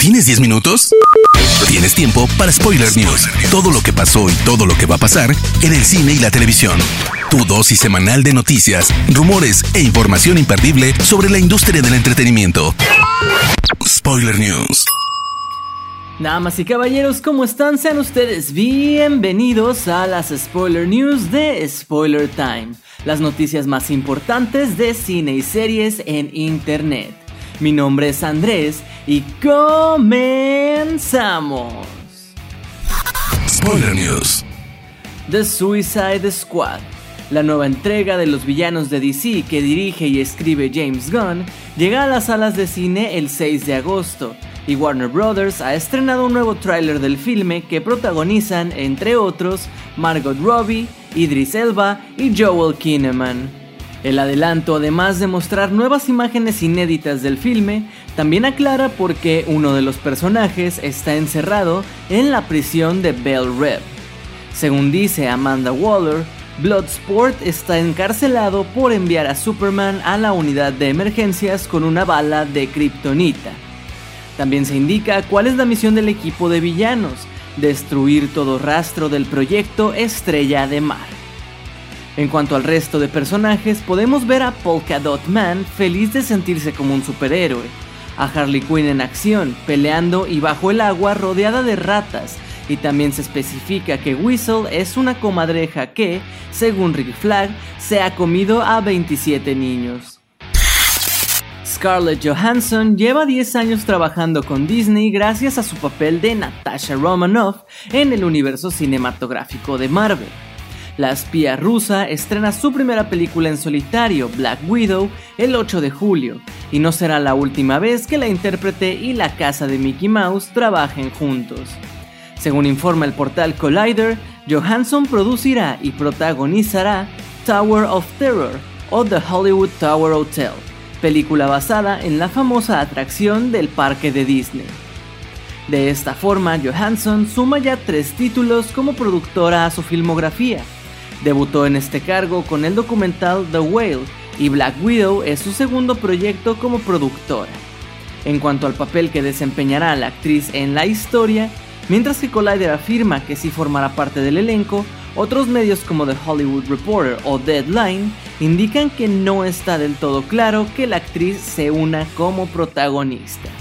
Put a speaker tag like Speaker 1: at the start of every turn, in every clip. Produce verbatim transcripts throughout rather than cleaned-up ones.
Speaker 1: ¿Tienes diez minutos? Tienes tiempo para Spoiler News. Todo lo que pasó y todo lo que va a pasar en el cine y la televisión. Tu dosis semanal de noticias, rumores e información imperdible sobre la industria del entretenimiento. Spoiler News.
Speaker 2: Damas y caballeros, ¿cómo están? Sean ustedes bienvenidos a las Spoiler News de Spoiler Time. Las noticias más importantes de cine y series en internet. Mi nombre es Andrés y comenzamos.
Speaker 1: Spoiler News.
Speaker 2: The Suicide Squad, la nueva entrega de los villanos de D C que dirige y escribe James Gunn, llega a las salas de cine el seis de agosto, y Warner Brothers ha estrenado un nuevo tráiler del filme que protagonizan, entre otros, Margot Robbie, Idris Elba y Joel Kinnaman. El adelanto, además de mostrar nuevas imágenes inéditas del filme, también aclara por qué uno de los personajes está encerrado en la prisión de Belle Reve. Según dice Amanda Waller, Bloodsport está encarcelado por enviar a Superman a la unidad de emergencias con una bala de kriptonita. También se indica cuál es la misión del equipo de villanos: destruir todo rastro del proyecto Estrella de Mar. En cuanto al resto de personajes, podemos ver a Polka Dot Man feliz de sentirse como un superhéroe, a Harley Quinn en acción, peleando y bajo el agua rodeada de ratas, y también se especifica que Whistle es una comadreja que, según Rick Flag, se ha comido a veintisiete niños. Scarlett Johansson lleva diez años trabajando con Disney gracias a su papel de Natasha Romanoff en el universo cinematográfico de Marvel. La espía rusa estrena su primera película en solitario, Black Widow, el ocho de julio, y no será la última vez que la intérprete y la casa de Mickey Mouse trabajen juntos. Según informa el portal Collider, Johansson producirá y protagonizará Tower of Terror o The Hollywood Tower Hotel, película basada en la famosa atracción del parque de Disney. De esta forma, Johansson suma ya tres títulos como productora a su filmografía. Debutó en este cargo con el documental The Whale, y Black Widow es su segundo proyecto como productora. En cuanto al papel que desempeñará la actriz en la historia, mientras que Collider afirma que sí formará parte del elenco, otros medios como The Hollywood Reporter o Deadline indican que no está del todo claro que la actriz se una como protagonista.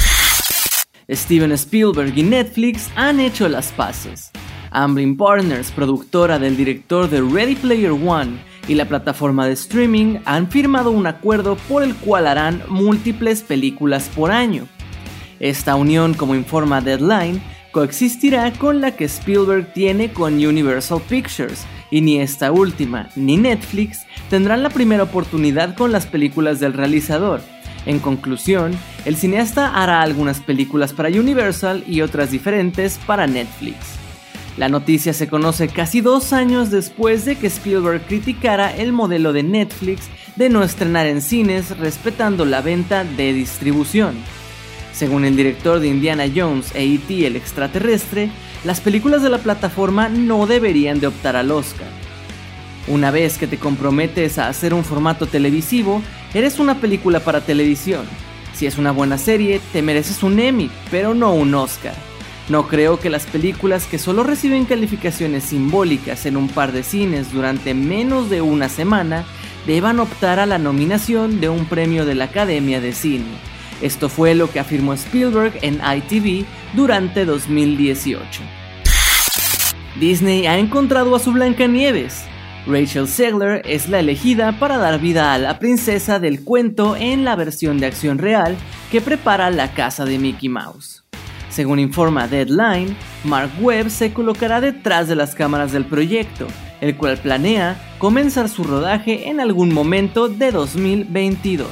Speaker 2: Steven Spielberg y Netflix han hecho las paces. Amblin Partners, productora del director de Ready Player One, y la plataforma de streaming han firmado un acuerdo por el cual harán múltiples películas por año. Esta unión, como informa Deadline, coexistirá con la que Spielberg tiene con Universal Pictures, y ni esta última ni Netflix tendrán la primera oportunidad con las películas del realizador. En conclusión, el cineasta hará algunas películas para Universal y otras diferentes para Netflix. La noticia se conoce casi dos años después de que Spielberg criticara el modelo de Netflix de no estrenar en cines respetando la venta de distribución. Según el director de Indiana Jones e E T el extraterrestre, las películas de la plataforma no deberían de optar al Oscar. Una vez que te comprometes a hacer un formato televisivo, eres una película para televisión. Si es una buena serie, te mereces un Emmy, pero no un Oscar. No creo que las películas que solo reciben calificaciones simbólicas en un par de cines durante menos de una semana deban optar a la nominación de un premio de la Academia de Cine. Esto fue lo que afirmó Spielberg en I T V durante dos mil dieciocho. Disney ha encontrado a su Blancanieves. Rachel Zegler es la elegida para dar vida a la princesa del cuento en la versión de acción real que prepara la casa de Mickey Mouse. Según informa Deadline, Mark Webb se colocará detrás de las cámaras del proyecto, el cual planea comenzar su rodaje en algún momento de dos mil veintidós.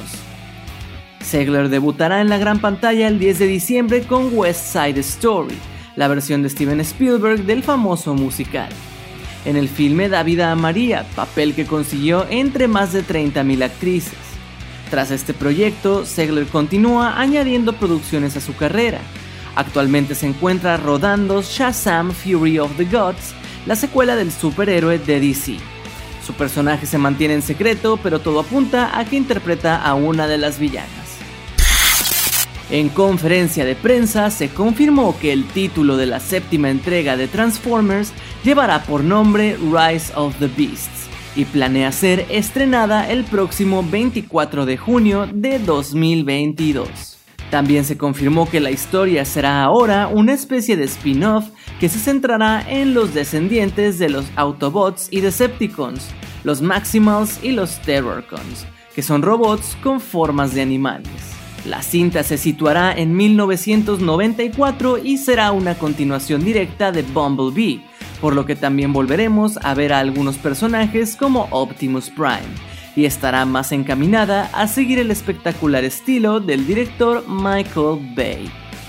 Speaker 2: Zegler debutará en la gran pantalla el diez de diciembre con West Side Story, la versión de Steven Spielberg del famoso musical. En el filme da vida a María, papel que consiguió entre más de treinta mil actrices. Tras este proyecto, Zegler continúa añadiendo producciones a su carrera. Actualmente se encuentra rodando Shazam Fury of the Gods, la secuela del superhéroe de D C. Su personaje se mantiene en secreto, pero todo apunta a que interpreta a una de las villanas. En conferencia de prensa se confirmó que el título de la séptima entrega de Transformers llevará por nombre Rise of the Beasts y planea ser estrenada el próximo veinticuatro de junio de dos mil veintidós. También se confirmó que la historia será ahora una especie de spin-off que se centrará en los descendientes de los Autobots y Decepticons, los Maximals y los Terrorcons, que son robots con formas de animales. La cinta se situará en mil novecientos noventa y cuatro y será una continuación directa de Bumblebee, por lo que también volveremos a ver a algunos personajes como Optimus Prime, y estará más encaminada a seguir el espectacular estilo del director Michael Bay.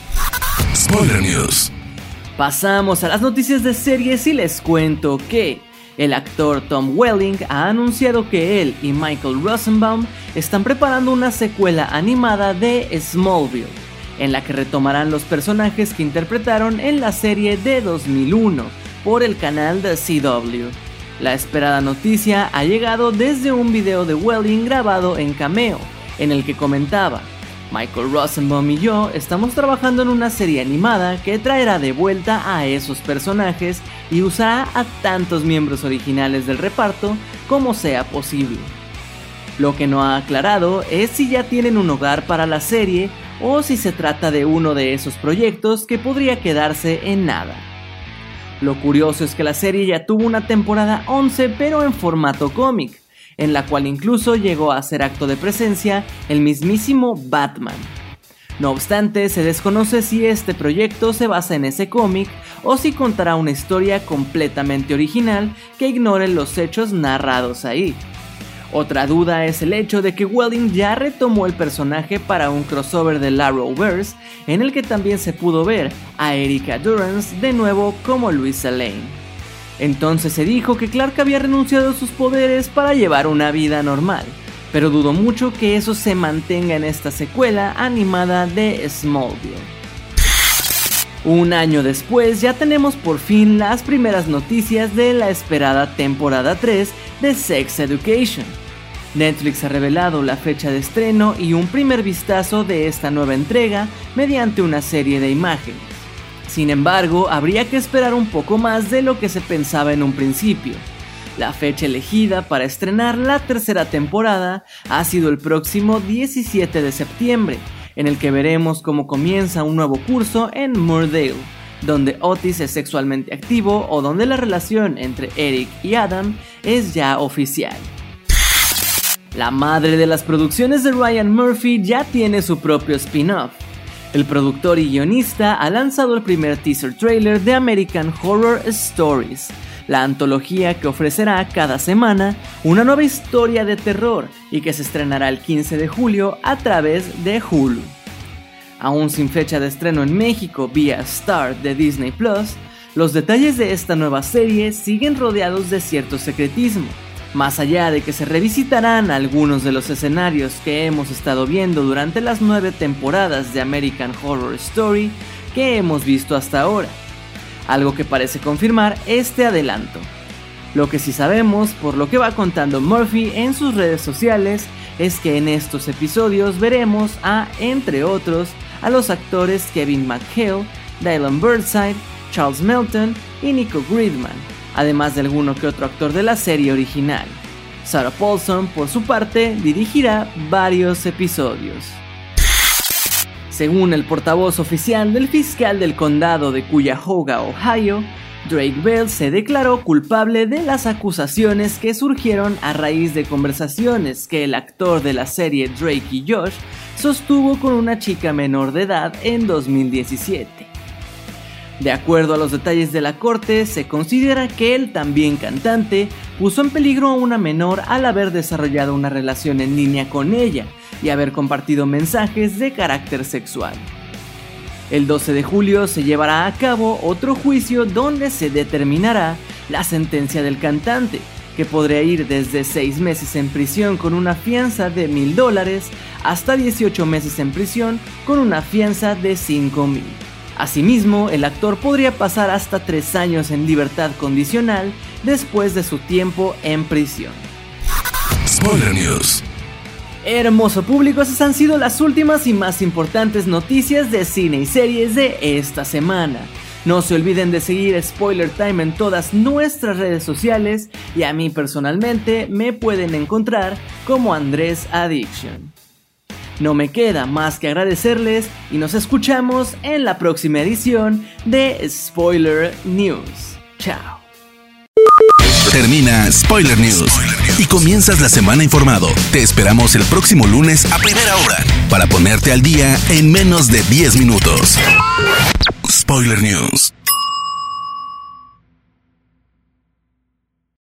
Speaker 1: Spoiler News.
Speaker 2: Pasamos a las noticias de series y les cuento que el actor Tom Welling ha anunciado que él y Michael Rosenbaum están preparando una secuela animada de Smallville, en la que retomarán los personajes que interpretaron en la serie de dos mil uno por el canal de C W. La esperada noticia ha llegado desde un video de Welling grabado en Cameo, en el que comentaba: Michael Rosenbaum y yo estamos trabajando en una serie animada que traerá de vuelta a esos personajes y usará a tantos miembros originales del reparto como sea posible. Lo que no ha aclarado es si ya tienen un hogar para la serie o si se trata de uno de esos proyectos que podría quedarse en nada. Lo curioso es que la serie ya tuvo una temporada once, pero en formato cómic, en la cual incluso llegó a hacer acto de presencia el mismísimo Batman. No obstante, se desconoce si este proyecto se basa en ese cómic o si contará una historia completamente original que ignore los hechos narrados ahí. Otra duda es el hecho de que Welling ya retomó el personaje para un crossover del Arrowverse, en el que también se pudo ver a Erica Durance de nuevo como Luisa Lane. Entonces se dijo que Clark había renunciado a sus poderes para llevar una vida normal, pero dudo mucho que eso se mantenga en esta secuela animada de Smallville. Un año después ya tenemos por fin las primeras noticias de la esperada temporada tres de Sex Education. Netflix ha revelado la fecha de estreno y un primer vistazo de esta nueva entrega mediante una serie de imágenes. Sin embargo, habría que esperar un poco más de lo que se pensaba en un principio. La fecha elegida para estrenar la tercera temporada ha sido el próximo diecisiete de septiembre, en el que veremos cómo comienza un nuevo curso en Moordale, donde Otis es sexualmente activo o donde la relación entre Eric y Adam es ya oficial. La madre de las producciones de Ryan Murphy ya tiene su propio spin-off. El productor y guionista ha lanzado el primer teaser trailer de American Horror Stories, la antología que ofrecerá cada semana una nueva historia de terror y que se estrenará el quince de julio a través de Hulu. Aún sin fecha de estreno en México vía Star de Disney Plus, los detalles de esta nueva serie siguen rodeados de cierto secretismo. Más allá de que se revisitarán algunos de los escenarios que hemos estado viendo durante las nueve temporadas de American Horror Story que hemos visto hasta ahora, algo que parece confirmar este adelanto. Lo que sí sabemos, por lo que va contando Murphy en sus redes sociales, es que en estos episodios veremos a, entre otros, a los actores Kevin McHale, Dylan Burnside, Charles Melton y Nico Gridman, además de alguno que otro actor de la serie original. Sarah Paulson, por su parte, dirigirá varios episodios. Según el portavoz oficial del fiscal del condado de Cuyahoga, Ohio, Drake Bell se declaró culpable de las acusaciones que surgieron a raíz de conversaciones que el actor de la serie Drake y Josh sostuvo con una chica menor de edad en dos mil diecisiete. De acuerdo a los detalles de la corte, se considera que el también cantante puso en peligro a una menor al haber desarrollado una relación en línea con ella y haber compartido mensajes de carácter sexual. El doce de julio se llevará a cabo otro juicio donde se determinará la sentencia del cantante, que podría ir desde seis meses en prisión con una fianza de mil dólares hasta dieciocho meses en prisión con una fianza de cinco mil. Asimismo, el actor podría pasar hasta tres años en libertad condicional después de su tiempo en prisión.
Speaker 1: Spoiler News.
Speaker 2: Hermoso público, esas han sido las últimas y más importantes noticias de cine y series de esta semana. No se olviden de seguir Spoiler Time en todas nuestras redes sociales y a mí personalmente me pueden encontrar como Andrés Addiction. No me queda más que agradecerles y nos escuchamos en la próxima edición de Spoiler News. Chao.
Speaker 1: Termina Spoiler News y comienzas la semana informado. Te esperamos el próximo lunes a primera hora para ponerte al día en menos de diez minutos. Spoiler News.